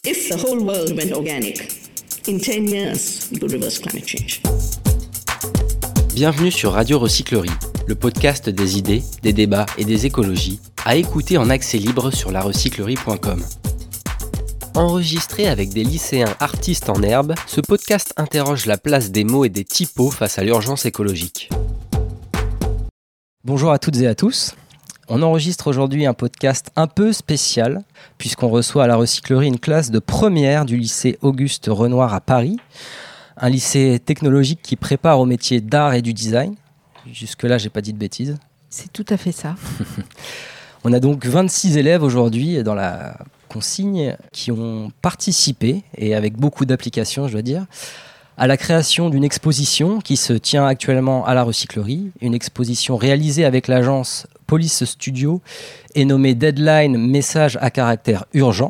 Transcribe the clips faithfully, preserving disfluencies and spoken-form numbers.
If the whole world went organic, in ten years, we could reverse climate change. Bienvenue sur Radio Recyclerie, le podcast des idées, des débats et des écologies, à écouter en accès libre sur la recyclerie point com. Enregistré avec des lycéens artistes en herbe, ce podcast interroge la place des mots et des typos face à l'urgence écologique. Bonjour à toutes et à tous. On enregistre aujourd'hui un podcast un peu spécial, puisqu'on reçoit à la recyclerie une classe de première du lycée Auguste Renoir à Paris, un lycée technologique qui prépare au métier d'art et du design. Jusque-là, j'ai pas dit de bêtises. C'est tout à fait ça. On a donc vingt-six élèves aujourd'hui dans la consigne qui ont participé, et avec beaucoup d'applications, je dois dire, à la création d'une exposition qui se tient actuellement à la recyclerie, une exposition réalisée avec l'agence Police Studio et nommée Deadline Message à caractère urgent.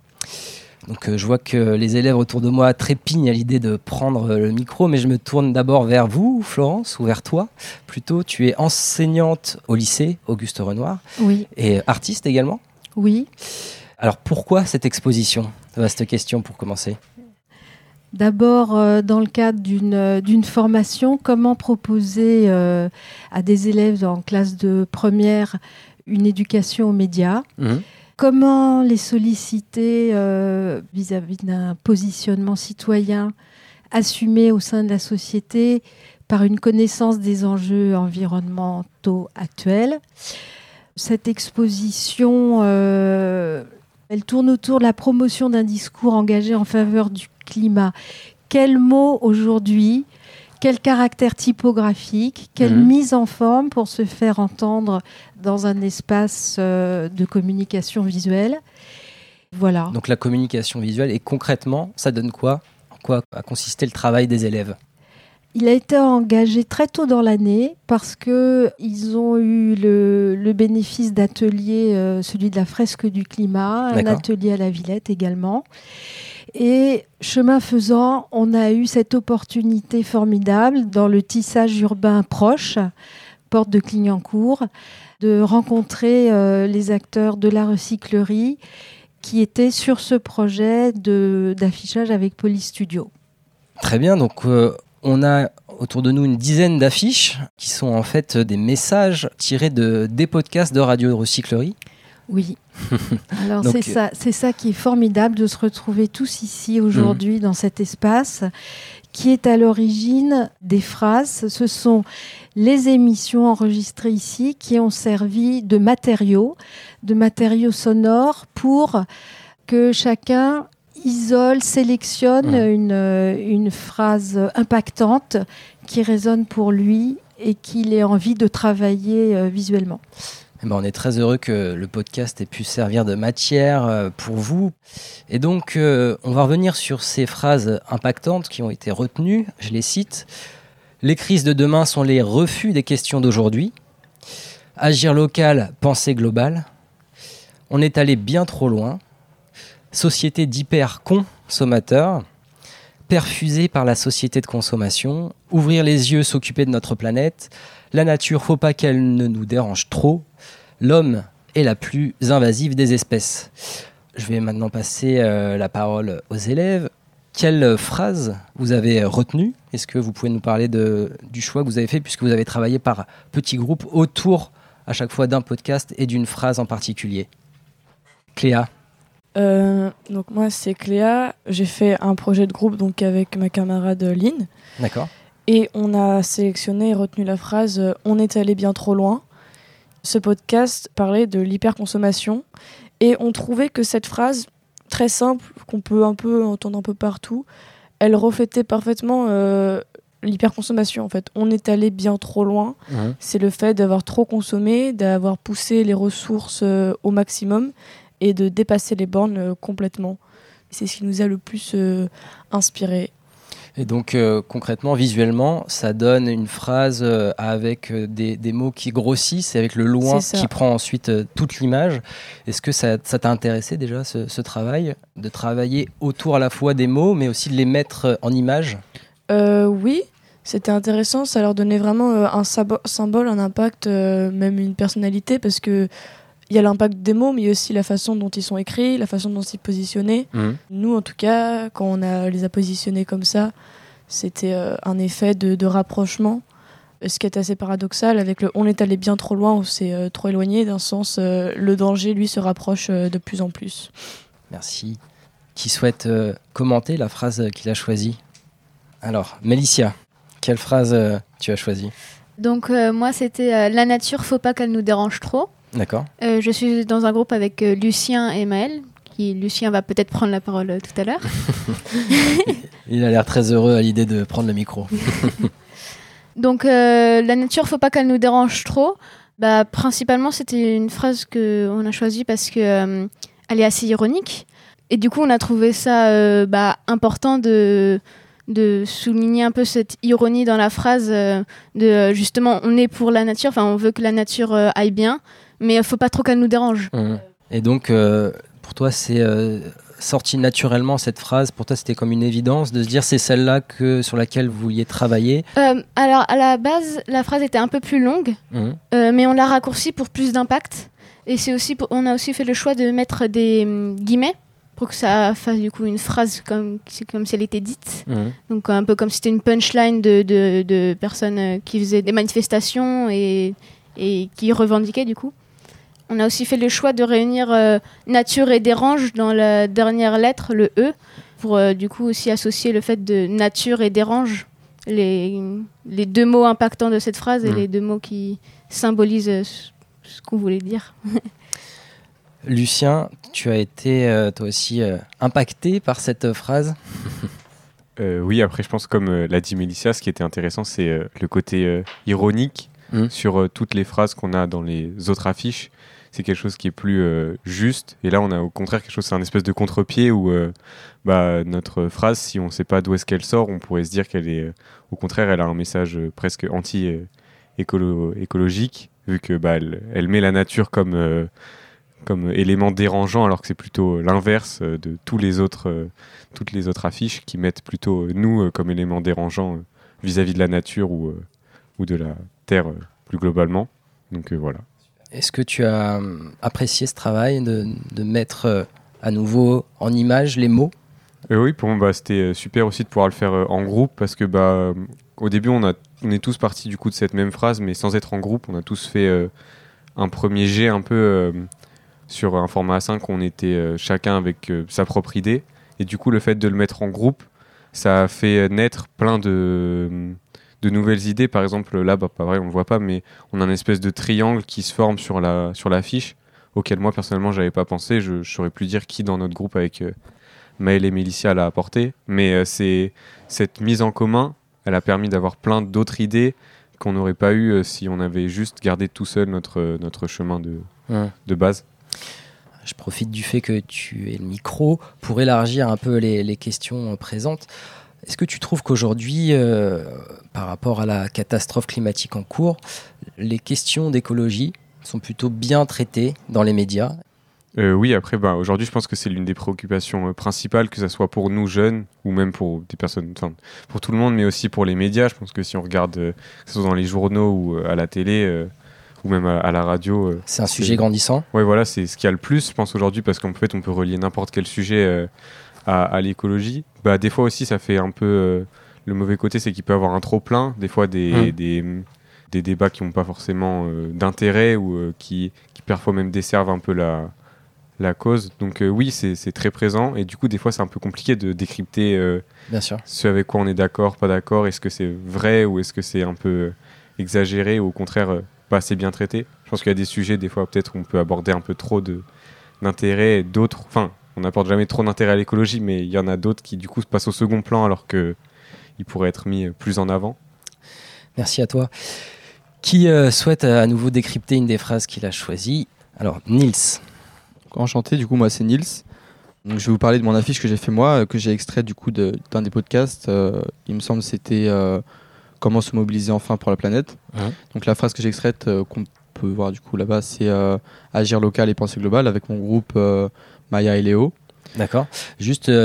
Donc euh, je vois que les élèves autour de moi trépignent à l'idée de prendre le micro, mais je me tourne d'abord vers vous, Florence, ou vers toi. Plutôt, tu es enseignante au lycée Auguste Renoir. Oui. Et artiste également. Oui. Alors pourquoi cette exposition ? Vaste question pour commencer. D'abord, euh, dans le cadre d'une, euh, d'une formation, comment proposer euh, à des élèves en classe de première une éducation aux médias ? Mmh. Comment les solliciter euh, vis-à-vis d'un positionnement citoyen assumé au sein de la société par une connaissance des enjeux environnementaux actuels ? Cette exposition, euh, elle tourne autour de la promotion d'un discours engagé en faveur du climat. Quels mots aujourd'hui, quel caractère typographique, quelle mmh. mise en forme pour se faire entendre dans un espace euh, de communication visuelle. Voilà. Donc la communication visuelle, et concrètement, ça donne quoi ? En quoi a consisté le travail des élèves ? Il a été engagé très tôt dans l'année parce qu'ils ont eu le, le bénéfice d'ateliers, euh, celui de la fresque du climat, D'accord. un atelier à la Villette également. Et chemin faisant, on a eu cette opportunité formidable dans le tissage urbain proche, porte de Clignancourt, de rencontrer euh, les acteurs de la recyclerie qui étaient sur ce projet de, d'affichage avec Police Studio. Très bien, donc euh, on a autour de nous une dizaine d'affiches qui sont en fait des messages tirés de, des podcasts de Radio Recyclerie. Oui, alors Donc, c'est, ça, c'est ça qui est formidable de se retrouver tous ici aujourd'hui mmh. dans cet espace qui est à l'origine des phrases. Ce sont les émissions enregistrées ici qui ont servi de matériaux, de matériaux sonores pour que chacun isole, sélectionne mmh. une, une phrase impactante qui résonne pour lui et qu'il ait envie de travailler euh, visuellement. Eh ben, on est très heureux que le podcast ait pu servir de matière pour vous. Et donc, euh, on va revenir sur ces phrases impactantes qui ont été retenues. Je les cite. Les crises de demain sont les refus des questions d'aujourd'hui. Agir local, penser global. On est allé bien trop loin. Société d'hyper-consommateurs. Perfusée par la société de consommation. Ouvrir les yeux, s'occuper de notre planète. La nature, faut pas qu'elle ne nous dérange trop. L'homme est la plus invasive des espèces. Je vais maintenant passer euh, la parole aux élèves. Quelle phrase vous avez retenue ? Est-ce que vous pouvez nous parler de, du choix que vous avez fait, puisque vous avez travaillé par petits groupes autour à chaque fois d'un podcast et d'une phrase en particulier ? Cléa. Euh, donc moi c'est Cléa. J'ai fait un projet de groupe donc avec ma camarade Lynn. D'accord. Et on a sélectionné et retenu la phrase euh, « On est allé bien trop loin ». Ce podcast parlait de l'hyperconsommation et on trouvait que cette phrase, très simple, qu'on peut un peu entendre un peu partout, elle reflétait parfaitement euh, l'hyperconsommation en fait. On est allé bien trop loin. Mmh. C'est le fait d'avoir trop consommé, d'avoir poussé les ressources euh, au maximum et de dépasser les bornes euh, complètement. C'est ce qui nous a le plus euh, inspiré. Et donc euh, concrètement, visuellement, ça donne une phrase euh, avec euh, des, des mots qui grossissent et avec le loin qui prend ensuite euh, toute l'image. Est-ce que ça, ça t'a intéressé déjà ce, ce travail, de travailler autour à la fois des mots mais aussi de les mettre en image ? euh, Oui, c'était intéressant. Ça leur donnait vraiment euh, un sabo- symbole, un impact, euh, même une personnalité parce que il y a l'impact des mots, mais il y a aussi la façon dont ils sont écrits, la façon dont ils sont positionnés. Mmh. Nous, en tout cas, quand on a, les a positionnés comme ça, c'était euh, un effet de, de rapprochement, ce qui est assez paradoxal avec le « on est allé bien trop loin » ou « c'est euh, trop éloigné », d'un sens, euh, le danger, lui, se rapproche euh, de plus en plus. Merci. Qui souhaite euh, commenter la phrase qu'il a choisie ? Alors, Mélicia, quelle phrase euh, tu as choisie ? Donc euh, moi c'était euh, la nature, faut pas qu'elle nous dérange trop. D'accord. Euh, je suis dans un groupe avec euh, Lucien et Maël. Qui, Lucien va peut-être prendre la parole euh, tout à l'heure. Il a l'air très heureux à l'idée de prendre le micro. Donc euh, la nature, faut pas qu'elle nous dérange trop. Bah principalement c'était une phrase que on a choisie parce que euh, elle est assez ironique. Et du coup on a trouvé ça euh, bah, important de de souligner un peu cette ironie dans la phrase euh, de euh, justement on est pour la nature, enfin on veut que la nature euh, aille bien, mais il faut pas trop qu'elle nous dérange. Mmh. Et donc euh, pour toi c'est euh, sorti naturellement cette phrase, pour toi c'était comme une évidence de se dire c'est celle-là que, sur laquelle vous vouliez travailler? euh, Alors à la base la phrase était un peu plus longue, mmh. euh, mais on l'a raccourcie pour plus d'impact, et c'est aussi pour, on a aussi fait le choix de mettre des euh, guillemets pour que ça fasse du coup une phrase comme, comme si elle était dite. Mmh. Donc un peu comme si c'était une punchline de, de, de personnes qui faisaient des manifestations et, et qui revendiquaient du coup. On a aussi fait le choix de réunir euh, nature et dérange dans la dernière lettre, le E, pour euh, du coup aussi associer le fait de nature et dérange, les, les deux mots impactants de cette phrase, mmh. et les deux mots qui symbolisent ce, ce qu'on voulait dire. Lucien, tu as été euh, toi aussi euh, impacté par cette phrase. euh, Oui, après je pense comme euh, l'a dit Mélicia, ce qui était intéressant c'est euh, le côté euh, ironique mmh. sur euh, toutes les phrases qu'on a dans les autres affiches. C'est quelque chose qui est plus euh, juste, et là on a au contraire quelque chose, c'est un espèce de contre-pied où euh, bah, notre phrase, si on ne sait pas d'où est-ce qu'elle sort, on pourrait se dire qu'elle est, euh, au contraire, elle a un message euh, presque anti-écologique, vu que bah, elle, elle met la nature comme euh, comme élément dérangeant, alors que c'est plutôt l'inverse de tous les autres, euh, toutes les autres affiches qui mettent plutôt euh, nous euh, comme élément dérangeant euh, vis-à-vis de la nature ou, euh, ou de la terre euh, plus globalement. Donc euh, voilà. Est-ce que tu as euh, apprécié ce travail de, de mettre euh, à nouveau en image les mots ? euh, Oui, pour moi bah, c'était super aussi de pouvoir le faire euh, en groupe, parce que bah, au début on, a, on est tous partis du coup de cette même phrase, mais sans être en groupe, on a tous fait euh, un premier jet un peu... Euh, sur un format A cinq, on était euh, chacun avec euh, sa propre idée, et du coup le fait de le mettre en groupe, ça a fait naître plein de, de nouvelles idées. Par exemple là, bah, pas vrai, on le voit pas, mais on a une espèce de triangle qui se forme sur la sur l'affiche, auquel moi personnellement j'avais pas pensé. Je, je saurais plus dire qui dans notre groupe avec euh, Maël et Mélicia l'a apporté, mais euh, c'est cette mise en commun, elle a permis d'avoir plein d'autres idées qu'on n'aurait pas eu euh, si on avait juste gardé tout seul notre notre chemin de mmh. de base. Je profite du fait que tu aies le micro pour élargir un peu les, les questions présentes. Est-ce que tu trouves qu'aujourd'hui, euh, par rapport à la catastrophe climatique en cours, les questions d'écologie sont plutôt bien traitées dans les médias ? euh, Oui, après, bah, aujourd'hui, je pense que c'est l'une des préoccupations euh, principales, que ce soit pour nous jeunes ou même pour des personnes, enfin, pour tout le monde, mais aussi pour les médias. Je pense que si on regarde, euh, que ce soit dans les journaux ou euh, à la télé... Euh, ou même à, à la radio. Euh, c'est un c'est... sujet grandissant. Ouais, voilà, c'est ce qu'il y a le plus, je pense, aujourd'hui, parce qu'en fait, on peut relier n'importe quel sujet euh, à, à l'écologie. Bah, des fois aussi, ça fait un peu... Euh, le mauvais côté, c'est qu'il peut y avoir un trop-plein, des fois des, mmh. des, des débats qui n'ont pas forcément euh, d'intérêt ou euh, qui, qui parfois même desservent un peu la, la cause. Donc euh, oui, c'est, c'est très présent, et du coup, des fois, c'est un peu compliqué de décrypter euh, Bien sûr. ce avec quoi on est d'accord, pas d'accord, est-ce que c'est vrai ou est-ce que c'est un peu euh, exagéré ou au contraire... Euh, pas assez bien traité. Je pense qu'il y a des sujets, des fois, peut-être on peut aborder un peu trop de, d'intérêt, et d'autres, enfin, on n'apporte jamais trop d'intérêt à l'écologie, mais il y en a d'autres qui, du coup, se passent au second plan alors qu'ils pourraient être mis plus en avant. Merci à toi. Qui euh, souhaite à nouveau décrypter une des phrases qu'il a choisies ? Alors, Nils. Enchanté, du coup, moi, c'est Nils. Donc, je vais vous parler de mon affiche que j'ai fait moi, que j'ai extrait, du coup, de, d'un des podcasts. Euh, il me semble que c'était... Euh, Comment se mobiliser enfin pour la planète. Mmh. Donc la phrase que j'ai extraite, euh, qu'on peut voir du coup là-bas, c'est euh, agir local et penser global avec mon groupe euh, Maya et Léo. D'accord. Juste, euh,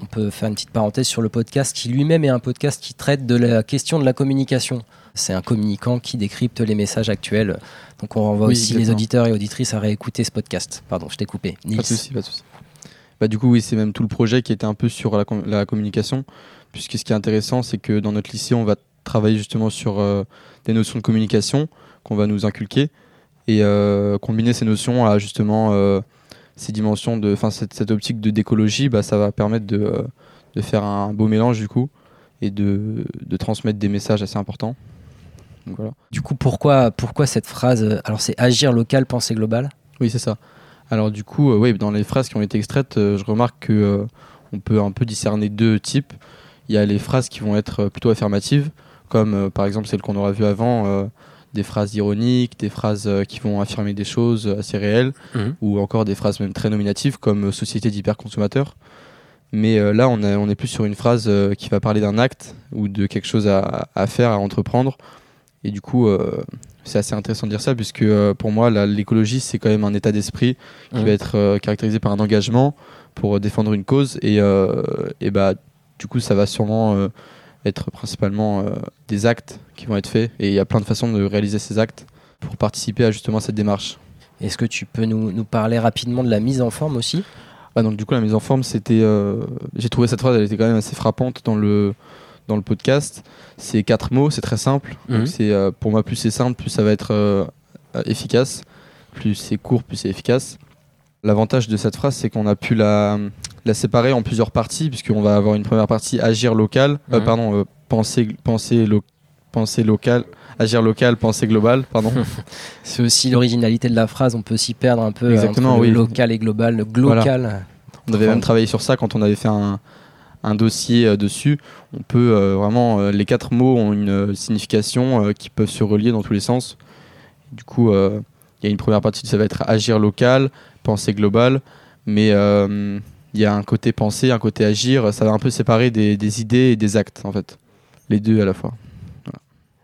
on peut faire une petite parenthèse sur le podcast qui lui-même est un podcast qui traite de la question de la communication. C'est un communicant qui décrypte les messages actuels. Donc on renvoie oui, aussi exactement. les auditeurs et auditrices à réécouter ce podcast. Pardon, je t'ai coupé. Nils. Pas de souci, pas de souci. Bah, du coup, oui, c'est même tout le projet qui était un peu sur la, com- la communication, puisque ce qui est intéressant, c'est que dans notre lycée, on va travailler justement sur euh, des notions de communication qu'on va nous inculquer et euh, combiner ces notions à justement euh, ces dimensions, de, enfin cette, cette optique de d'écologie, bah, ça va permettre de, euh, de faire un beau mélange du coup et de, de transmettre des messages assez importants. Donc, voilà. Du coup, pourquoi, pourquoi cette phrase? Alors, c'est agir local, penser global. Oui, c'est ça. Alors du coup, euh, ouais, dans les phrases qui ont été extraites, euh, je remarque que euh, on peut un peu discerner deux types. Il y a les phrases qui vont être plutôt affirmatives, comme euh, par exemple celles qu'on aura vues avant, euh, des phrases ironiques, des phrases euh, qui vont affirmer des choses assez réelles, mmh. ou encore des phrases même très nominatives, comme euh, société d'hyperconsommateurs. Mais euh, là, on, a, on est plus sur une phrase euh, qui va parler d'un acte ou de quelque chose à, à faire, à entreprendre. Et du coup, euh, c'est assez intéressant de dire ça, puisque euh, pour moi, la, l'écologie, c'est quand même un état d'esprit qui mmh. va être euh, caractérisé par un engagement pour euh, défendre une cause. Et, euh, et bah, du coup, ça va sûrement euh, être principalement euh, des actes qui vont être faits. Et il y a plein de façons de réaliser ces actes pour participer à justement cette démarche. Est-ce que tu peux nous, nous parler rapidement de la mise en forme aussi ? Ah, donc du coup, la mise en forme, c'était... Euh, j'ai trouvé cette phrase, elle était quand même assez frappante dans le... dans le podcast. C'est quatre mots, c'est très simple. Mmh. Donc c'est, euh, pour moi, plus c'est simple, plus ça va être euh, efficace. Plus c'est court, plus c'est efficace. L'avantage de cette phrase, c'est qu'on a pu la, la séparer en plusieurs parties, puisqu'on va avoir une première partie agir local, mmh. euh, pardon, euh, penser, penser, lo, penser local, agir local, penser global, pardon. C'est aussi l'originalité de la phrase, on peut s'y perdre un peu. Exactement, entre oui. Le local et global, le glocal. Voilà. On avait même travaillé sur ça quand on avait fait un un dossier euh, dessus. On peut euh, vraiment, euh, les quatre mots ont une euh, signification euh, qui peuvent se relier dans tous les sens. Du coup, il euh, y a une première partie, ça va être agir local, penser global, mais il euh, y a un côté penser, un côté agir, ça va un peu séparer des, des idées et des actes, en fait. Les deux à la fois. Voilà.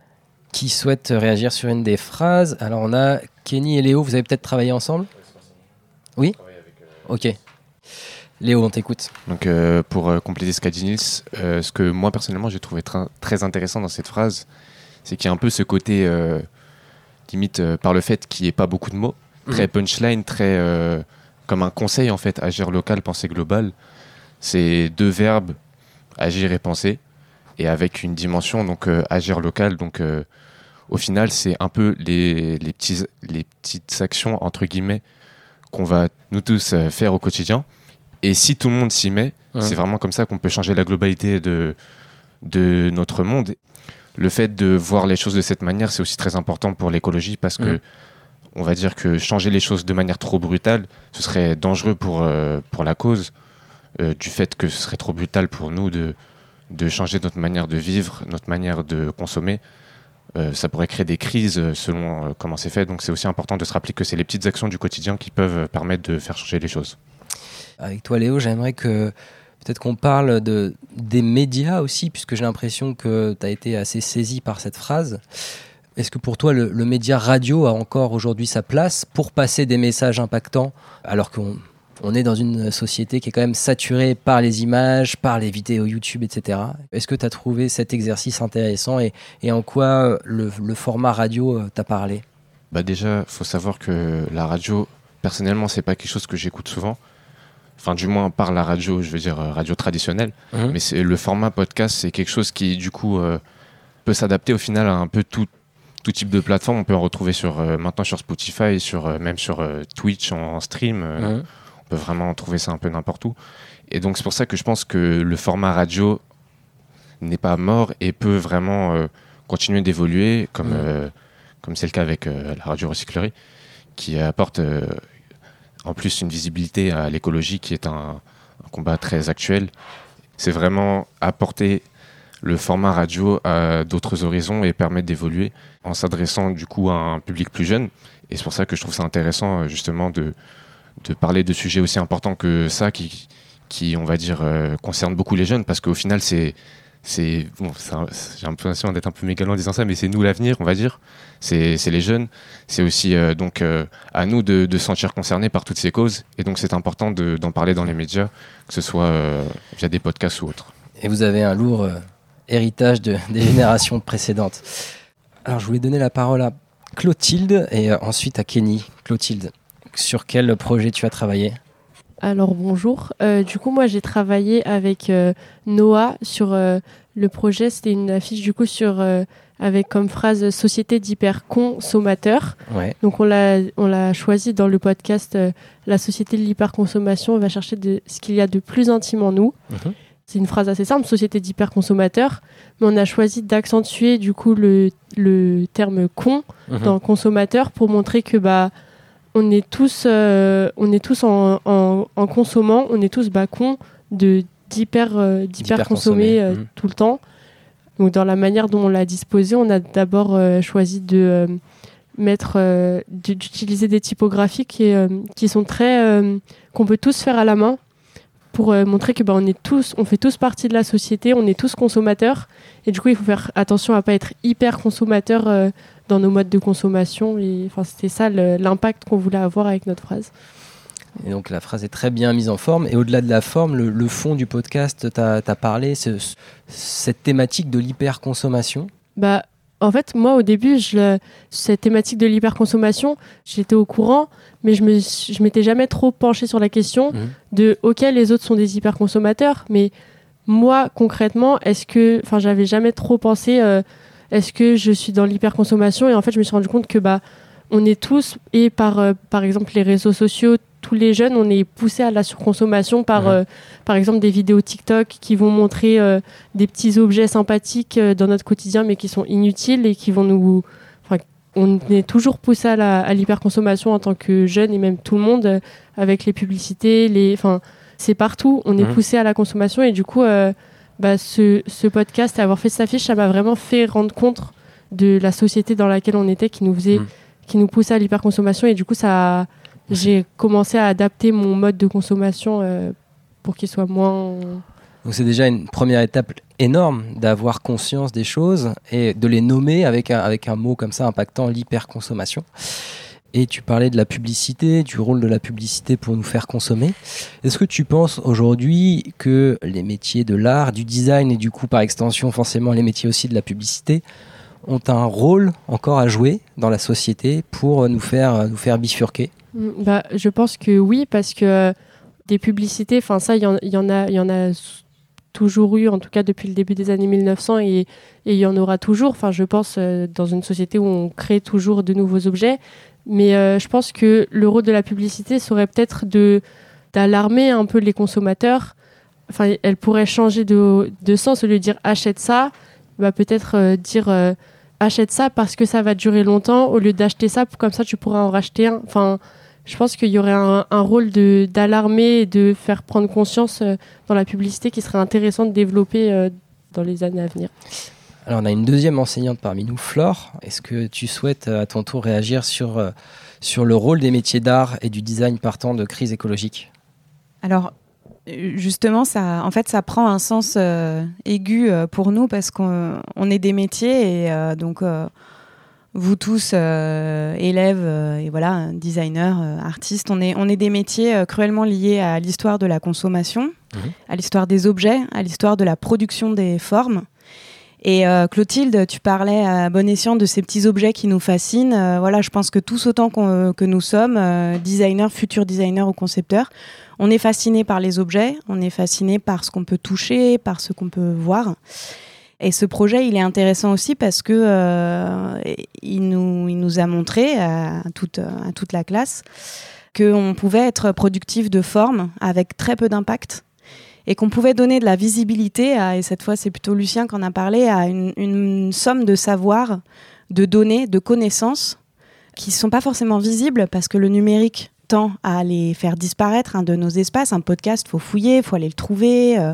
Qui souhaite réagir sur une des phrases? Alors on a Kenny et Léo, vous avez peut-être travaillé ensemble? Oui, ok. Léo, on t'écoute. Donc, euh, pour euh, compléter ce qu'a dit Nils, euh, ce que moi personnellement j'ai trouvé tra- très intéressant dans cette phrase, c'est qu'il y a un peu ce côté euh, limite euh, par le fait qu'il n'y ait pas beaucoup de mots, mmh. très punchline, très euh, comme un conseil en fait, agir local, penser global. C'est deux verbes, agir et penser, et avec une dimension donc euh, agir local. Donc, euh, au final, c'est un peu les les petits les petites actions entre guillemets qu'on va nous tous euh, faire au quotidien. Et si tout le monde s'y met, ouais. c'est vraiment comme ça qu'on peut changer la globalité de, de notre monde. Le fait de voir les choses de cette manière, c'est aussi très important pour l'écologie parce que ouais. on va dire que changer les choses de manière trop brutale, ce serait dangereux pour, euh, pour la cause, euh, du fait que ce serait trop brutal pour nous de, de changer notre manière de vivre, notre manière de consommer. Euh, ça pourrait créer des crises selon euh, comment c'est fait. Donc c'est aussi important de se rappeler que c'est les petites actions du quotidien qui peuvent permettre de faire changer les choses. Avec toi Léo, j'aimerais que peut-être qu'on parle de, des médias aussi, puisque j'ai l'impression que tu as été assez saisi par cette phrase. Est-ce que pour toi, le, le média radio a encore aujourd'hui sa place pour passer des messages impactants, alors qu'on on est dans une société qui est quand même saturée par les images, par les vidéos YouTube, et cetera. Est-ce que tu as trouvé cet exercice intéressant et, et en quoi le, le format radio t'a parlé ? Bah déjà, il faut savoir que la radio, personnellement, c'est pas quelque chose que j'écoute souvent. Enfin, du moins, par la radio, je veux dire radio traditionnelle. Mmh. Mais c'est, le format podcast, c'est quelque chose qui, du coup, euh, peut s'adapter au final à un peu tout, tout type de plateforme. On peut en retrouver sur, euh, maintenant sur Spotify, sur, euh, même sur euh, Twitch en, en stream. Euh, mmh. On peut vraiment trouver ça un peu n'importe où. Et donc, c'est pour ça que je pense que le format radio n'est pas mort et peut vraiment euh, continuer d'évoluer, comme, mmh. euh, comme c'est le cas avec euh, la radio recyclerie, qui apporte... Euh, en plus une visibilité à l'écologie qui est un, un combat très actuel. C'est vraiment apporter le format radio à d'autres horizons et permettre d'évoluer en s'adressant du coup à un public plus jeune. Et c'est pour ça que je trouve ça intéressant justement de, de parler de sujets aussi importants que ça qui, qui on va dire, euh, concernent beaucoup les jeunes parce qu'au final c'est, c'est, bon, c'est un, j'ai l'impression d'être un peu mégalant en disant ça, mais c'est nous l'avenir, on va dire. C'est, c'est les jeunes. C'est aussi euh, donc euh, à nous de, de se sentir concernés par toutes ces causes. Et donc c'est important de, d'en parler dans les médias, que ce soit euh, via des podcasts ou autres. Et vous avez un lourd euh, héritage de, des générations précédentes. Alors je voulais donner la parole à Clotilde et euh, ensuite à Kenny. Clotilde, sur quel projet tu as travaillé ? Alors bonjour, euh, du coup moi j'ai travaillé avec euh, Noah sur euh, le projet, c'était une affiche du coup sur, euh, avec comme phrase société d'hyperconsommateurs. Ouais. Donc on l'a, on l'a choisi dans le podcast euh, La société de l'hyperconsommation, on va chercher de, ce qu'il y a de plus intime en nous. Mmh. C'est une phrase assez simple, société d'hyperconsommateurs, mais on a choisi d'accentuer du coup le, le terme con mmh. dans consommateur pour montrer que bah on est tous, euh, on est tous en, en, en consommant, on est tous bah, cons de, d'hyper, euh, d'hyper consommer euh, mmh. tout le temps. Donc dans la manière dont on l'a disposé, on a d'abord euh, choisi de euh, mettre, euh, d'utiliser des typographies qui, euh, qui sont très, euh, qu'on peut tous faire à la main pour euh, montrer que bah, on est tous, on fait tous partie de la société, on est tous consommateurs. Et du coup, il faut faire attention à pas être hyper consommateur euh, dans nos modes de consommation. Et enfin, c'était ça le, l'impact qu'on voulait avoir avec notre phrase. Et donc la phrase est très bien mise en forme. Et au-delà de la forme, le, le fond du podcast, tu as parlé, ce, cette thématique de l'hyperconsommation. Bah, en fait, moi, au début, je, cette thématique de l'hyperconsommation, j'étais au courant, mais je me, je m'étais jamais trop penchée sur la question mmh. de « Ok, les autres sont des hyperconsommateurs, mais moi, concrètement, est-ce que... » Enfin, j'avais jamais trop pensé euh, « Est-ce que je suis dans l'hyperconsommation ?» Et en fait, je me suis rendu compte que bah, on est tous, et par, euh, par exemple les réseaux sociaux, tous les jeunes, on est poussés à la surconsommation par, mmh. euh, par exemple, des vidéos TikTok qui vont montrer euh, des petits objets sympathiques euh, dans notre quotidien, mais qui sont inutiles et qui vont nous... Enfin, on est toujours poussé à, la, à l'hyperconsommation en tant que jeunes et même tout le monde, euh, avec les publicités, les... Enfin, c'est partout, on est mmh. poussé à la consommation et du coup, euh, bah, ce, ce podcast, avoir fait cette affiche, ça m'a vraiment fait rendre compte de la société dans laquelle on était, qui nous faisait, mmh. qui nous poussait à l'hyperconsommation et du coup, ça... J'ai commencé à adapter mon mode de consommation euh, pour qu'il soit moins... Donc c'est déjà une première étape énorme d'avoir conscience des choses et de les nommer avec un, avec un mot comme ça impactant l'hyperconsommation. Et tu parlais de la publicité, du rôle de la publicité pour nous faire consommer. Est-ce que tu penses aujourd'hui que les métiers de l'art, du design et du coup par extension forcément les métiers aussi de la publicité ont un rôle encore à jouer dans la société pour nous faire, nous faire bifurquer ? Bah, je pense que oui, parce que euh, des publicités, enfin ça, il y, y en a, il y en a toujours eu, en tout cas depuis le début des années mille neuf cents, et il y en aura toujours. Enfin, je pense euh, dans une société où on crée toujours de nouveaux objets, mais euh, je pense que le rôle de la publicité serait peut-être de d'alarmer un peu les consommateurs. Enfin, elle pourrait changer de, de sens au lieu de dire achète ça, bah peut-être euh, dire euh, achète ça parce que ça va durer longtemps au lieu d'acheter ça, comme ça tu pourras en racheter un. Enfin, je pense qu'il y aurait un, un rôle de, d'alarmer et de faire prendre conscience euh, dans la publicité qui serait intéressant de développer euh, dans les années à venir. Alors on a une deuxième enseignante parmi nous, Flore. Est-ce que tu souhaites à ton tour réagir sur, euh, sur le rôle des métiers d'art et du design partant de crise écologique ? Alors justement, ça, en fait, ça prend un sens euh, aigu euh, pour nous parce qu'on on est des métiers et euh, donc euh, vous tous, euh, élèves euh, et voilà, designers, euh, artistes, on est, on est des métiers euh, cruellement liés à l'histoire de la consommation, mmh. à l'histoire des objets, à l'histoire de la production des formes. Et euh, Clotilde, tu parlais à bon escient de ces petits objets qui nous fascinent. Euh, voilà, je pense que tous autant qu'on, que nous sommes, euh, designers, futurs designers ou concepteurs, on est fascinés par les objets, on est fascinés par ce qu'on peut toucher, par ce qu'on peut voir. Et ce projet, il est intéressant aussi parce que euh, il nous, il nous a montré à toute, à toute la classe qu'on pouvait être productif de forme avec très peu d'impact et qu'on pouvait donner de la visibilité, à, et cette fois c'est plutôt Lucien qui en a parlé, à une, une somme de savoir, de données, de connaissances qui ne sont pas forcément visibles parce que le numérique tend à les faire disparaître hein, de nos espaces. Un podcast, il faut fouiller, il faut aller le trouver. Euh,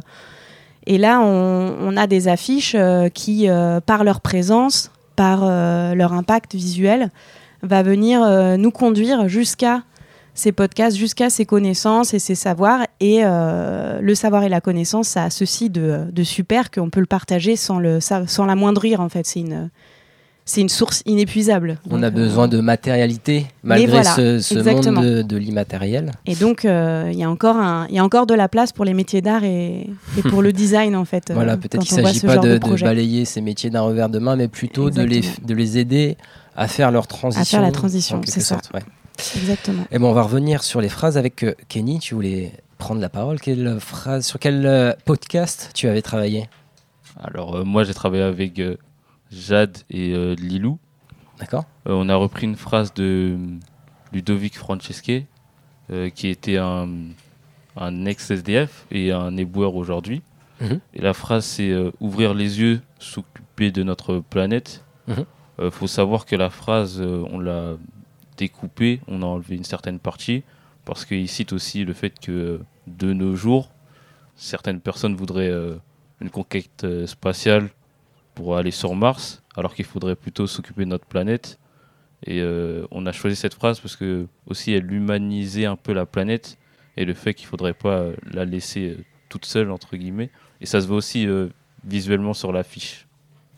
Et là, on, on a des affiches euh, qui, euh, par leur présence, par euh, leur impact visuel, va venir euh, nous conduire jusqu'à ses podcasts jusqu'à ses connaissances et ses savoirs. Et euh, le savoir et la connaissance, ça a ceci de, de super qu'on peut le partager sans, le, sans l'amoindrir, en fait. C'est une, c'est une source inépuisable. On donc, a besoin euh, de matérialité, malgré voilà, ce, ce exactement. monde de, de l'immatériel. Et donc, il euh, y, y a encore de la place pour les métiers d'art et, et pour le design, en fait. Voilà, euh, peut-être quand qu'il on ne voit s'agit ce pas genre de, de de projet. balayer ces métiers d'un revers de main, mais plutôt de les, Exactement. de les aider à faire leur transition. À faire la transition, en quelque c'est ça. sorte, ouais. Exactement. Et bon, on va revenir sur les phrases avec euh, Kenny. Tu voulais prendre la parole. Quelle phrase, sur quel euh, podcast tu avais travaillé ? Alors, euh, moi, j'ai travaillé avec euh, Jade et euh, Lilou. D'accord. Euh, on a repris une phrase de Ludovic Franceschi, euh, qui était un, un ex-S D F et un éboueur aujourd'hui. Mm-hmm. Et la phrase, c'est euh, « Ouvrir les yeux, s'occuper de notre planète Mm-hmm. ». Il faut savoir que la phrase, euh, on l'a découpée, on a enlevé une certaine partie, parce qu'il cite aussi le fait que, euh, de nos jours, certaines personnes voudraient euh, une conquête euh, spatiale pour aller sur Mars, alors qu'il faudrait plutôt s'occuper de notre planète. Et euh, on a choisi cette phrase parce que aussi elle humanisait un peu la planète et le fait qu'il faudrait pas euh, la laisser euh, toute seule, entre guillemets. Et ça se voit aussi euh, visuellement sur l'affiche.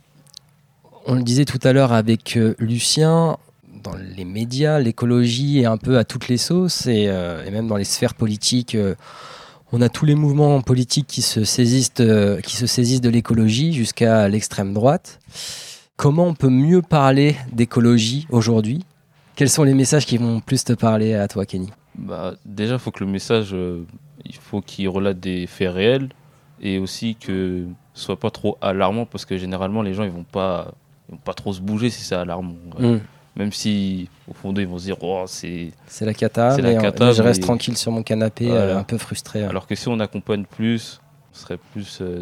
On le disait tout à l'heure avec euh, Lucien, dans les médias, l'écologie est un peu à toutes les sauces et, euh, et même dans les sphères politiques. Euh, on a tous les mouvements politiques qui se saisissent, euh, qui se saisissent de l'écologie jusqu'à l'extrême droite. Comment on peut mieux parler d'écologie aujourd'hui ? Quels sont les messages qui vont plus te parler à toi, Kenny ? Bah, déjà, il faut que le message, euh, il faut qu'il relate des faits réels et aussi que ce soit pas trop alarmant parce que généralement les gens ils vont pas, ils vont pas trop se bouger si c'est alarmant. Ouais. Mmh. Même si au fond d'eux ils vont se dire oh c'est c'est la cata, c'est mais, la cata, je reste mais... tranquille sur mon canapé, voilà. euh, un peu frustré. Alors que si on accompagne plus, on serait plus euh,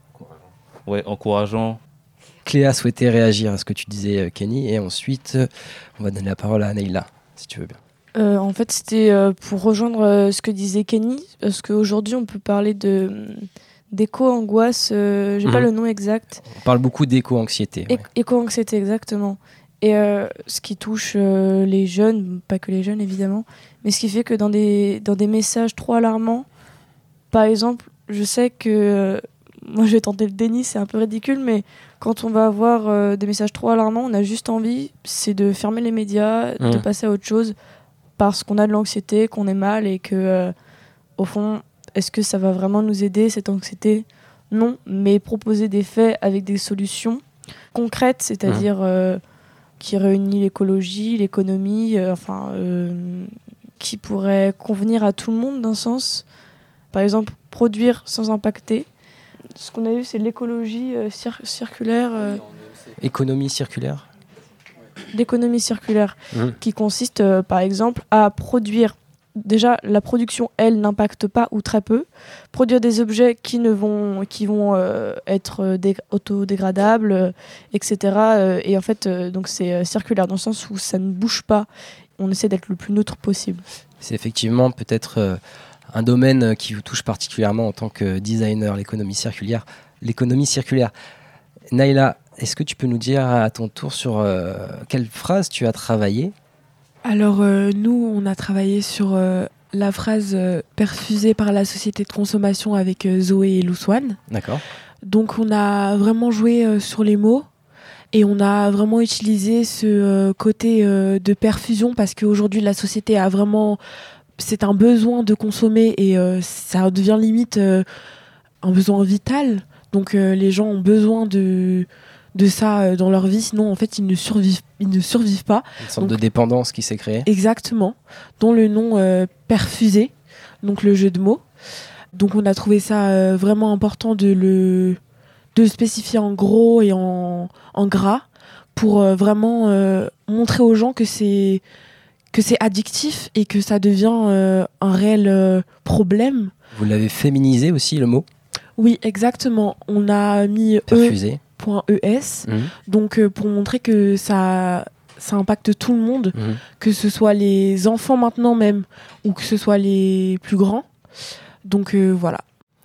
ouais encourageant. Cléa souhaitait réagir à ce que tu disais, Kenny, et ensuite on va donner la parole à Naïla, si tu veux bien. Euh, en fait, c'était euh, pour rejoindre euh, ce que disait Kenny, parce qu'aujourd'hui, on peut parler de d'éco-angoisse, euh, j'ai mmh. pas le nom exact. On parle beaucoup d'éco-anxiété. É- ouais. Éco-anxiété, exactement. Et euh, ce qui touche euh, les jeunes, pas que les jeunes évidemment, mais ce qui fait que dans des, dans des messages trop alarmants, par exemple, je sais que, euh, moi je vais tenter le déni, c'est un peu ridicule, mais quand on va avoir euh, des messages trop alarmants, on a juste envie, c'est de fermer les médias, mmh. de passer à autre chose, parce qu'on a de l'anxiété, qu'on est mal et que, euh, au fond, est-ce que ça va vraiment nous aider, cette anxiété ? Non, mais proposer des faits avec des solutions concrètes, c'est-à-dire euh, qui réunit l'écologie, l'économie, euh, enfin, euh, qui pourrait convenir à tout le monde d'un sens. Par exemple, produire sans impacter. Ce qu'on a vu, c'est l'écologie euh, cir- circulaire. Euh, Économie circulaire L'économie circulaire, mmh. qui consiste, euh, par exemple, à produire... Déjà, la production, elle, n'impacte pas ou très peu. Produire des objets qui, ne vont, qui vont euh, être dé- autodégradables, euh, et cetera. Euh, et en fait, euh, donc c'est euh, circulaire dans le sens où ça ne bouge pas. On essaie d'être le plus neutre possible. C'est effectivement peut-être euh, un domaine qui vous touche particulièrement en tant que designer, l'économie circulaire. L'économie circulaire. Naïla, est-ce que tu peux nous dire à ton tour sur euh, quelle phrase tu as travaillé ? Alors euh, nous, on a travaillé sur euh, la phrase euh, perfusée par la société de consommation avec euh, Zoé et Louswan. D'accord. Donc on a vraiment joué euh, sur les mots et on a vraiment utilisé ce euh, côté euh, de perfusion parce qu'aujourd'hui la société a vraiment... C'est un besoin de consommer et euh, ça devient limite euh, un besoin vital. Donc euh, les gens ont besoin de... de ça dans leur vie, sinon en fait ils ne survivent, ils ne survivent pas. Une sorte donc, de dépendance qui s'est créée. Exactement, dont le nom euh, perfusé, donc le jeu de mots. Donc on a trouvé ça euh, vraiment important de le de le spécifier en gros et en, en gras pour euh, vraiment euh, montrer aux gens que c'est que c'est addictif et que ça devient euh, un réel euh, problème. Vous l'avez féminisé aussi le mot ? Oui, exactement. On a mis perfusé. E .es, mmh. donc euh, pour montrer que ça, ça impacte tout le monde, mmh. que ce soit les enfants maintenant même, ou que ce soit les plus grands. Donc euh, voilà.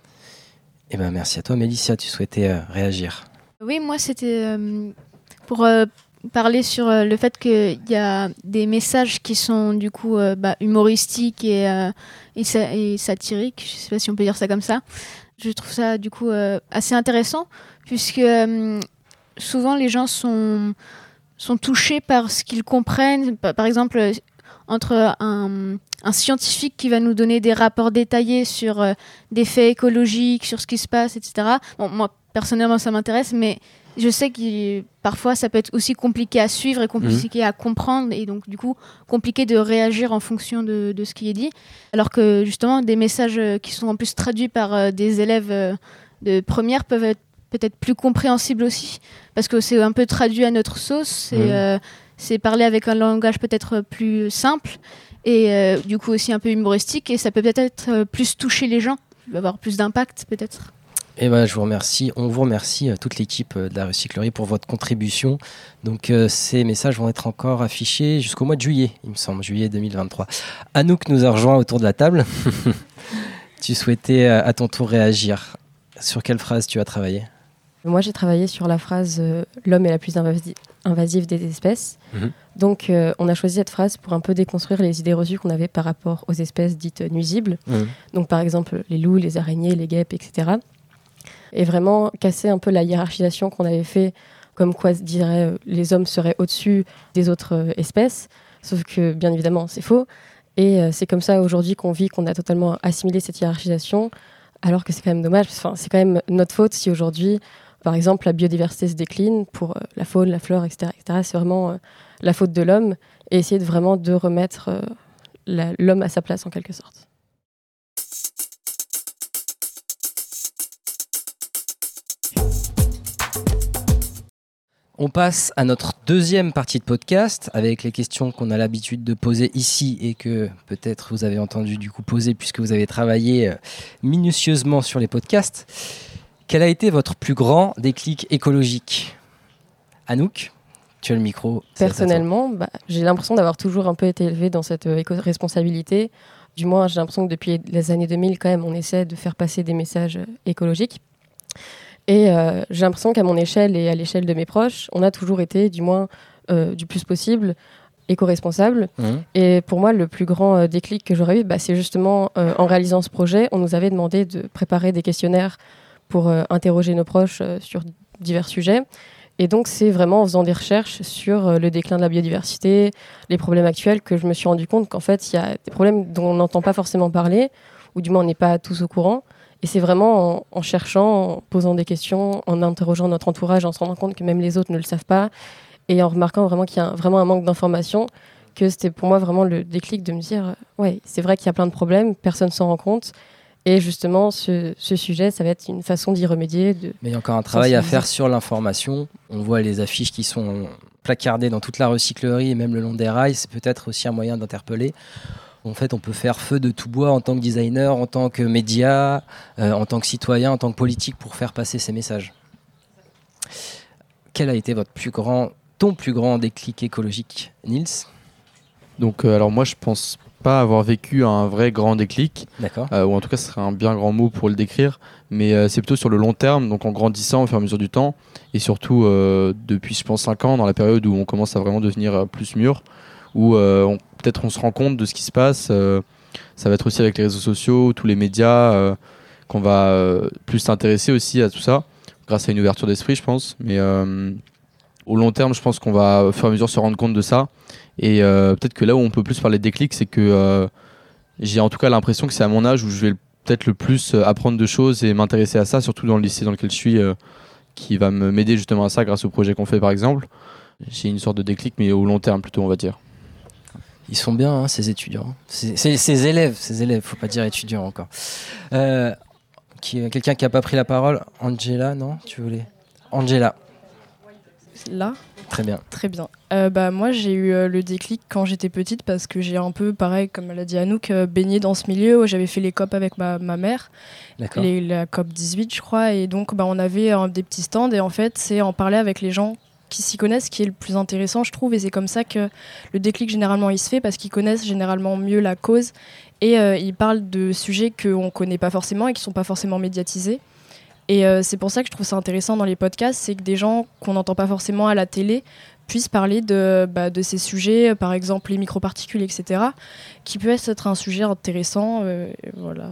Eh ben, merci à toi. Mélicia, tu souhaitais euh, réagir ? Oui, moi c'était euh, pour euh, parlé sur euh, le fait qu'il y a des messages qui sont du coup euh, bah, humoristiques et, euh, et, sa- et satiriques, je sais pas si on peut dire ça comme ça. Je trouve ça du coup euh, assez intéressant puisque euh, souvent les gens sont, sont touchés par ce qu'ils comprennent. Par, par exemple, euh, entre un, un scientifique qui va nous donner des rapports détaillés sur euh, des faits écologiques, sur ce qui se passe, et cetera. Bon, moi, personnellement, ça m'intéresse, mais je sais que parfois, ça peut être aussi compliqué à suivre et compliqué mmh. à comprendre, et donc, du coup, compliqué de réagir en fonction de, de ce qui est dit. Alors que, justement, des messages qui sont en plus traduits par euh, des élèves euh, de première peuvent être peut-être plus compréhensibles aussi, parce que c'est un peu traduit à notre sauce, c'est... Mmh. Euh, c'est parler avec un langage peut-être plus simple et euh, du coup aussi un peu humoristique et ça peut peut-être euh, plus toucher les gens, avoir plus d'impact peut-être. Eh ben, je vous remercie. On vous remercie euh, toute l'équipe euh, de la recyclerie pour votre contribution. Donc euh, ces messages vont être encore affichés jusqu'au mois de juillet, il me semble, juillet deux mille vingt-trois. Anouk nous a rejoint autour de la table. Tu souhaitais euh, à ton tour réagir. Sur quelle phrase tu as travaillé ? Moi, j'ai travaillé sur la phrase euh, « L'homme est la plus invasi- invasive des espèces mmh. ». Donc, euh, on a choisi cette phrase pour un peu déconstruire les idées reçues qu'on avait par rapport aux espèces dites nuisibles. Mmh. Donc, par exemple, les loups, les araignées, les guêpes, et cetera. Et vraiment casser un peu la hiérarchisation qu'on avait fait, comme quoi dirait euh, les hommes seraient au-dessus des autres euh, espèces. Sauf que, bien évidemment, c'est faux. Et euh, c'est comme ça aujourd'hui qu'on vit, qu'on a totalement assimilé cette hiérarchisation, alors que c'est quand même dommage. Enfin, c'est quand même notre faute si aujourd'hui... Par exemple, la biodiversité se décline pour euh, la faune, la flore, et cetera, et cetera. C'est vraiment euh, la faute de l'homme et essayer de vraiment de remettre euh, la, l'homme à sa place en quelque sorte. On passe à notre deuxième partie de podcast avec les questions qu'on a l'habitude de poser ici et que peut-être vous avez entendu du coup poser puisque vous avez travaillé euh, minutieusement sur les podcasts. Quel a été votre plus grand déclic écologique ? Anouk, tu as le micro. Personnellement, bah, j'ai l'impression d'avoir toujours un peu été élevée dans cette euh, éco-responsabilité. Du moins, j'ai l'impression que depuis les années deux mille, quand même, on essaie de faire passer des messages euh, écologiques. Et euh, j'ai l'impression qu'à mon échelle et à l'échelle de mes proches, on a toujours été, du moins, euh, du plus possible, éco-responsable. Mmh. Et pour moi, le plus grand euh, déclic que j'aurais eu, bah, c'est justement, euh, en réalisant ce projet, on nous avait demandé de préparer des questionnaires pour euh, interroger nos proches euh, sur divers sujets. Et donc, c'est vraiment en faisant des recherches sur euh, le déclin de la biodiversité, les problèmes actuels, que je me suis rendu compte qu'en fait, il y a des problèmes dont on n'entend pas forcément parler, ou du moins on n'est pas tous au courant. Et c'est vraiment en, en cherchant, en posant des questions, en interrogeant notre entourage, en se rendant compte que même les autres ne le savent pas, et en remarquant vraiment qu'il y a un, vraiment un manque d'informations, que c'était pour moi vraiment le déclic de me dire euh, « Ouais, c'est vrai qu'il y a plein de problèmes, personne ne s'en rend compte ». Et justement, ce, ce sujet, ça va être une façon d'y remédier. De Mais il y a encore un travail à faire sur l'information. On voit les affiches qui sont placardées dans toute la recyclerie et même le long des rails. C'est peut-être aussi un moyen d'interpeller. En fait, on peut faire feu de tout bois en tant que designer, en tant que média, euh, en tant que citoyen, en tant que politique pour faire passer ces messages. Quel a été votre plus grand, ton plus grand déclic écologique, Nils ? Donc, euh, alors moi, je pense pas avoir vécu un vrai grand déclic, D'accord. Euh, ou en tout cas ce serait un bien grand mot pour le décrire, mais euh, c'est plutôt sur le long terme, donc en grandissant au fur et à mesure du temps, et surtout euh, depuis je pense cinq ans, dans la période où on commence à vraiment devenir euh, plus mûr, où euh, on, peut-être on se rend compte de ce qui se passe, euh, ça va être aussi avec les réseaux sociaux, tous les médias, euh, qu'on va euh, plus s'intéresser aussi à tout ça, grâce à une ouverture d'esprit je pense, mais euh, au long terme je pense qu'on va au fur et à mesure se rendre compte de ça. Et euh, peut-être que là où on peut plus parler de déclic, c'est que euh, j'ai en tout cas l'impression que c'est à mon âge où je vais peut-être le plus apprendre de choses et m'intéresser à ça, surtout dans le lycée dans lequel je suis, euh, qui va me, m'aider justement à ça grâce au projet qu'on fait par exemple. J'ai une sorte de déclic, mais au long terme plutôt, on va dire. Ils sont bien, hein, ces étudiants. C'est, c'est, ces élèves, ces élèves, faut pas dire étudiants encore. Euh, qui, quelqu'un qui a pas pris la parole ? Angela, non ? Tu voulais ? Angela. Là ? Très bien. Très bien. Euh, bah, moi, j'ai eu euh, le déclic quand j'étais petite parce que j'ai un peu, pareil, comme l'a dit Anouk, euh, baigné dans ce milieu où j'avais fait les COP avec ma, ma mère, les, la COP dix-huit, je crois. Et donc, bah, on avait euh, des petits stands et en fait, c'est en parler avec les gens qui s'y connaissent qui est le plus intéressant, je trouve. Et c'est comme ça que le déclic, généralement, il se fait parce qu'ils connaissent généralement mieux la cause et euh, ils parlent de sujets qu'on ne connaît pas forcément et qui ne sont pas forcément médiatisés. Et euh, c'est pour ça que je trouve ça intéressant dans les podcasts, c'est que des gens qu'on n'entend pas forcément à la télé puisse parler de, bah, de ces sujets, par exemple les microparticules, et cetera, qui peut être un sujet intéressant. Euh, voilà.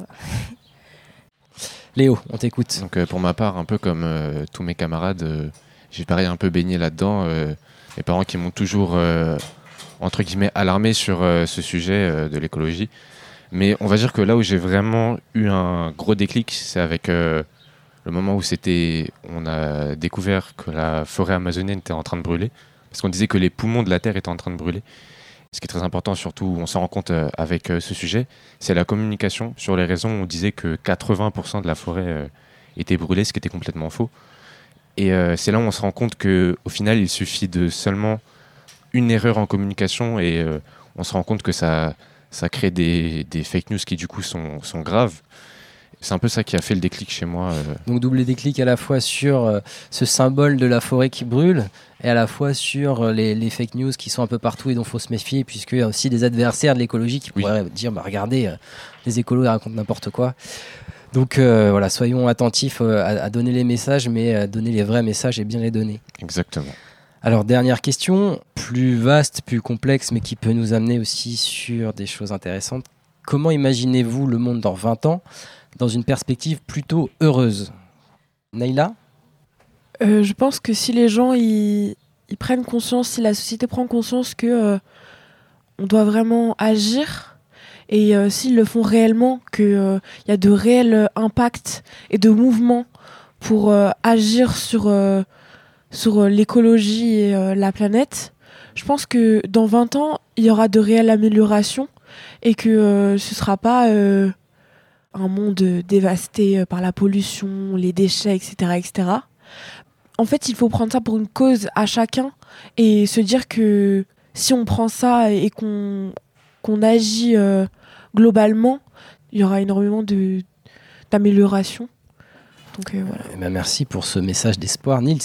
Léo, on t'écoute. Donc, euh, pour ma part, un peu comme euh, tous mes camarades, euh, j'ai pareil un peu baigné là-dedans. Euh, mes parents qui m'ont toujours, euh, entre guillemets, alarmé sur euh, ce sujet euh, de l'écologie. Mais on va dire que là où j'ai vraiment eu un gros déclic, c'est avec euh, le moment où c'était, on a découvert que la forêt amazonienne était en train de brûler. Parce qu'on disait que les poumons de la Terre étaient en train de brûler. Ce qui est très important, surtout, on s'en rend compte euh, avec euh, ce sujet, c'est la communication. Sur les réseaux, on disait que quatre-vingts pour cent de la forêt euh, était brûlée, ce qui était complètement faux. Et euh, c'est là où on se rend compte qu'au final, il suffit de seulement une erreur en communication et euh, on se rend compte que ça, ça crée des, des fake news qui, du coup, sont, sont graves. C'est un peu ça qui a fait le déclic chez moi. Euh. Donc double déclic à la fois sur euh, ce symbole de la forêt qui brûle et à la fois sur euh, les, les fake news qui sont un peu partout et dont il faut se méfier, puisqu'il y a aussi des adversaires de l'écologie qui oui. pourraient dire bah, regardez, euh, les écolos ils racontent n'importe quoi. Donc euh, voilà, soyons attentifs euh, à, à donner les messages, mais à donner les vrais messages et bien les donner. Exactement. Alors dernière question, plus vaste, plus complexe, mais qui peut nous amener aussi sur des choses intéressantes. Comment imaginez-vous le monde dans vingt ans dans une perspective plutôt heureuse? Naïla? euh, Je pense que si les gens ils, ils prennent conscience, si la société prend conscience que euh, on doit vraiment agir, et euh, s'ils le font réellement, qu'il euh, y a de réels impacts et de mouvements pour euh, agir sur, euh, sur l'écologie et euh, la planète, je pense que dans vingt ans, il y aura de réelles améliorations et que euh, ce ne sera pas... Euh, un monde dévasté par la pollution, les déchets, et cetera, et cetera. En fait, il faut prendre ça pour une cause à chacun et se dire que si on prend ça et qu'on, qu'on agit euh, globalement, il y aura énormément de, d'améliorations. Donc euh, voilà. Eh ben merci pour ce message d'espoir, Nils.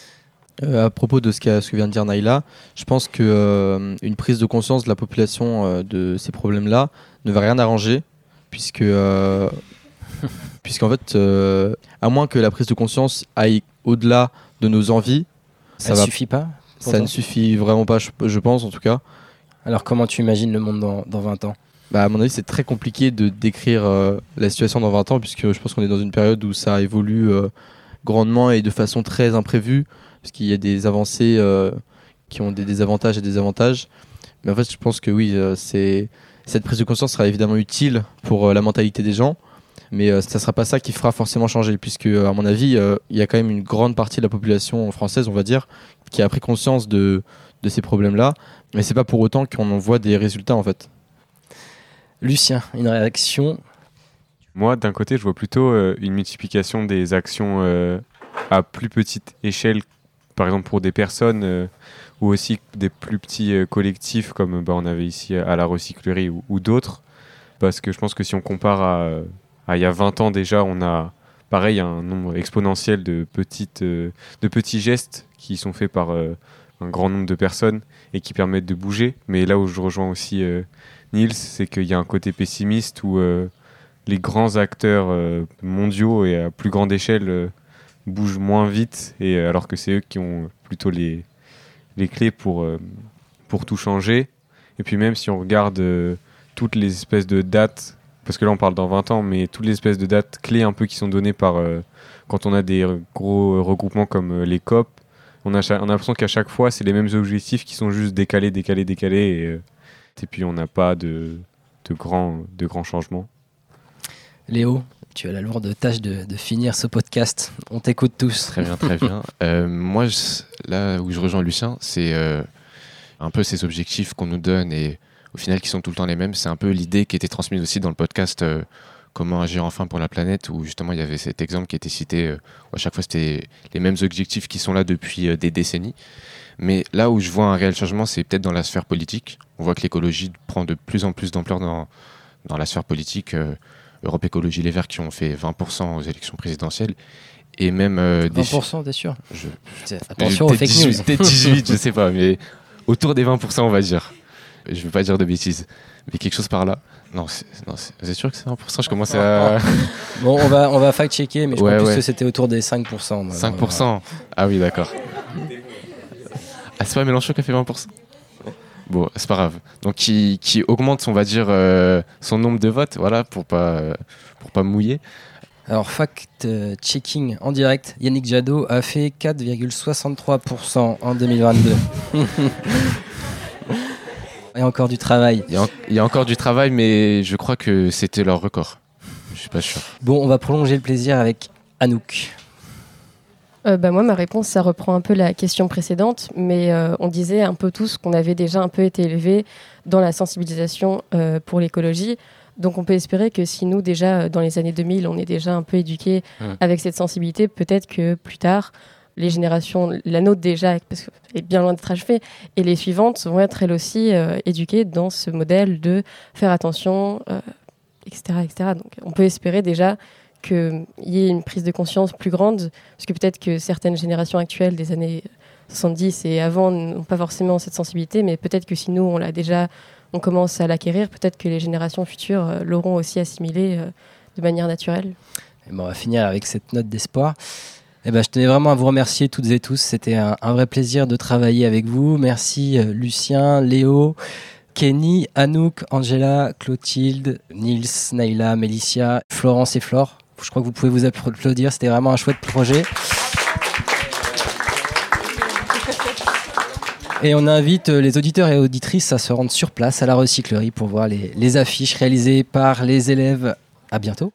Euh, à propos de ce, qu'a, ce que vient de dire Naïla, je pense qu'une euh, prise de conscience de la population euh, de ces problèmes-là ne va rien arranger. Puisque, euh, puisqu'en fait, euh, à moins que la prise de conscience aille au-delà de nos envies, ça ne suffit pas. Ça toi. ne suffit vraiment pas, je, je pense en tout cas. Alors comment tu imagines le monde dans, dans vingt ans? Bah, à mon avis, c'est très compliqué de décrire euh, la situation dans vingt ans, puisque je pense qu'on est dans une période où ça évolue euh, grandement et de façon très imprévue, parce qu'il y a des avancées euh, qui ont des désavantages et des avantages. Mais en fait, je pense que oui, euh, c'est... cette prise de conscience sera évidemment utile pour euh, la mentalité des gens, mais euh, ça ne sera pas ça qui fera forcément changer, puisque à mon avis, il euh, y a quand même une grande partie de la population française, on va dire, qui a pris conscience de, de ces problèmes-là, mais c'est pas pour autant qu'on en voit des résultats en fait. Lucien, une réaction? Moi, d'un côté, je vois plutôt euh, une multiplication des actions euh, à plus petite échelle, par exemple pour des personnes... Euh, ou aussi des plus petits euh, collectifs comme bah, on avait ici à la recyclerie ou, ou d'autres, parce que je pense que si on compare à, à il y a vingt ans déjà, on a pareil un nombre exponentiel de, petites, euh, de petits gestes qui sont faits par euh, un grand nombre de personnes et qui permettent de bouger. Mais là où je rejoins aussi euh, Nils, c'est qu'il y a un côté pessimiste où euh, les grands acteurs euh, mondiaux et à plus grande échelle euh, bougent moins vite, et, euh, alors que c'est eux qui ont plutôt les les clés pour, euh, pour tout changer. Et puis même si on regarde euh, toutes les espèces de dates, parce que là on parle dans vingt ans, mais toutes les espèces de dates clés un peu qui sont données par euh, quand on a des gros regroupements comme euh, les C O P, on a, on a l'impression qu'à chaque fois c'est les mêmes objectifs qui sont juste décalés, décalés, décalés, et, euh, et puis on n'a pas de, de, grands, de grands changements. Léo, tu as la lourde tâche de, de finir ce podcast. On t'écoute tous. Très bien, très bien. euh, moi, je, là où je rejoins Lucien, c'est euh, un peu ces objectifs qu'on nous donne et au final qui sont tout le temps les mêmes. C'est un peu l'idée qui était transmise aussi dans le podcast euh, Comment agir enfin pour la planète, où justement il y avait cet exemple qui était cité, euh, où à chaque fois c'était les mêmes objectifs qui sont là depuis euh, des décennies. Mais là où je vois un réel changement, c'est peut-être dans la sphère politique. On voit que l'écologie prend de plus en plus d'ampleur dans, dans la sphère politique. Euh, Europe Écologie Les Verts qui ont fait vingt pour cent aux élections présidentielles, et même euh, des vingt pour cent, t'es sûr? je... Attention aux fake news. Peut-être dix-huit, je sais pas, mais autour des vingt pour cent on va dire. Je veux pas dire de bêtises, mais quelque chose par là. Non, c'est, non c'est, vous êtes sûr que c'est vingt pour cent? Je commence à... Bon, on va, on va fact-checker, mais je ouais, crois ouais. plus que c'était autour des cinq pour cent. Moi, cinq pour cent. Ah oui, d'accord. Ah, c'est pas Mélenchon qui a fait vingt pour cent? Bon, c'est pas grave. Donc, qui, qui augmente, on va dire, euh, son nombre de votes, voilà, pour pas, euh, pour pas mouiller. Alors, fact-checking en direct, Yannick Jadot a fait quatre virgule soixante-trois pour cent en deux mille vingt-deux. Il y a encore du travail. Il y, a, il y a encore du travail, mais je crois que c'était leur record. Je suis pas sûr. Bon, on va prolonger le plaisir avec Anouk. Euh, bah moi, ma réponse, ça reprend un peu la question précédente, mais euh, on disait un peu tous qu'on avait déjà un peu été élevés dans la sensibilisation euh, pour l'écologie. Donc on peut espérer que si nous, déjà, dans les années deux mille, on est déjà un peu éduqués mmh. avec cette sensibilité, peut-être que plus tard, les générations, la nôtre déjà, parce qu'elle est bien loin d'être achevée, et les suivantes vont être elles aussi euh, éduquées dans ce modèle de faire attention, euh, et cetera, et cetera. Donc on peut espérer déjà qu'il y ait une prise de conscience plus grande, parce que peut-être que certaines générations actuelles des années soixante-dix et avant n'ont pas forcément cette sensibilité, mais peut-être que si nous, on l'a déjà, on commence à l'acquérir, peut-être que les générations futures euh, l'auront aussi assimilé euh, de manière naturelle. Et bon, on va finir avec cette note d'espoir. Eh ben, je tenais vraiment à vous remercier toutes et tous. C'était un, un vrai plaisir de travailler avec vous. Merci euh, Lucien, Léo, Kenny, Anouk, Angela, Clotilde, Nils, Naïla, Mélicia, Florence et Flore. Je crois que vous pouvez vous applaudir. C'était vraiment un chouette projet. Et on invite les auditeurs et auditrices à se rendre sur place à la recyclerie pour voir les, les affiches réalisées par les élèves. À bientôt.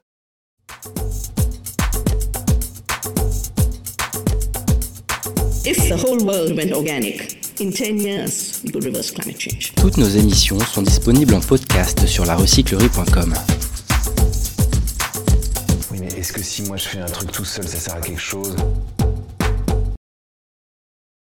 If the whole world went organic, in ten years, we could reverse climate change. Toutes nos émissions sont disponibles en podcast sur la recyclerie point com. Oui, mais est-ce que si moi je fais un truc tout seul, ça sert à quelque chose ?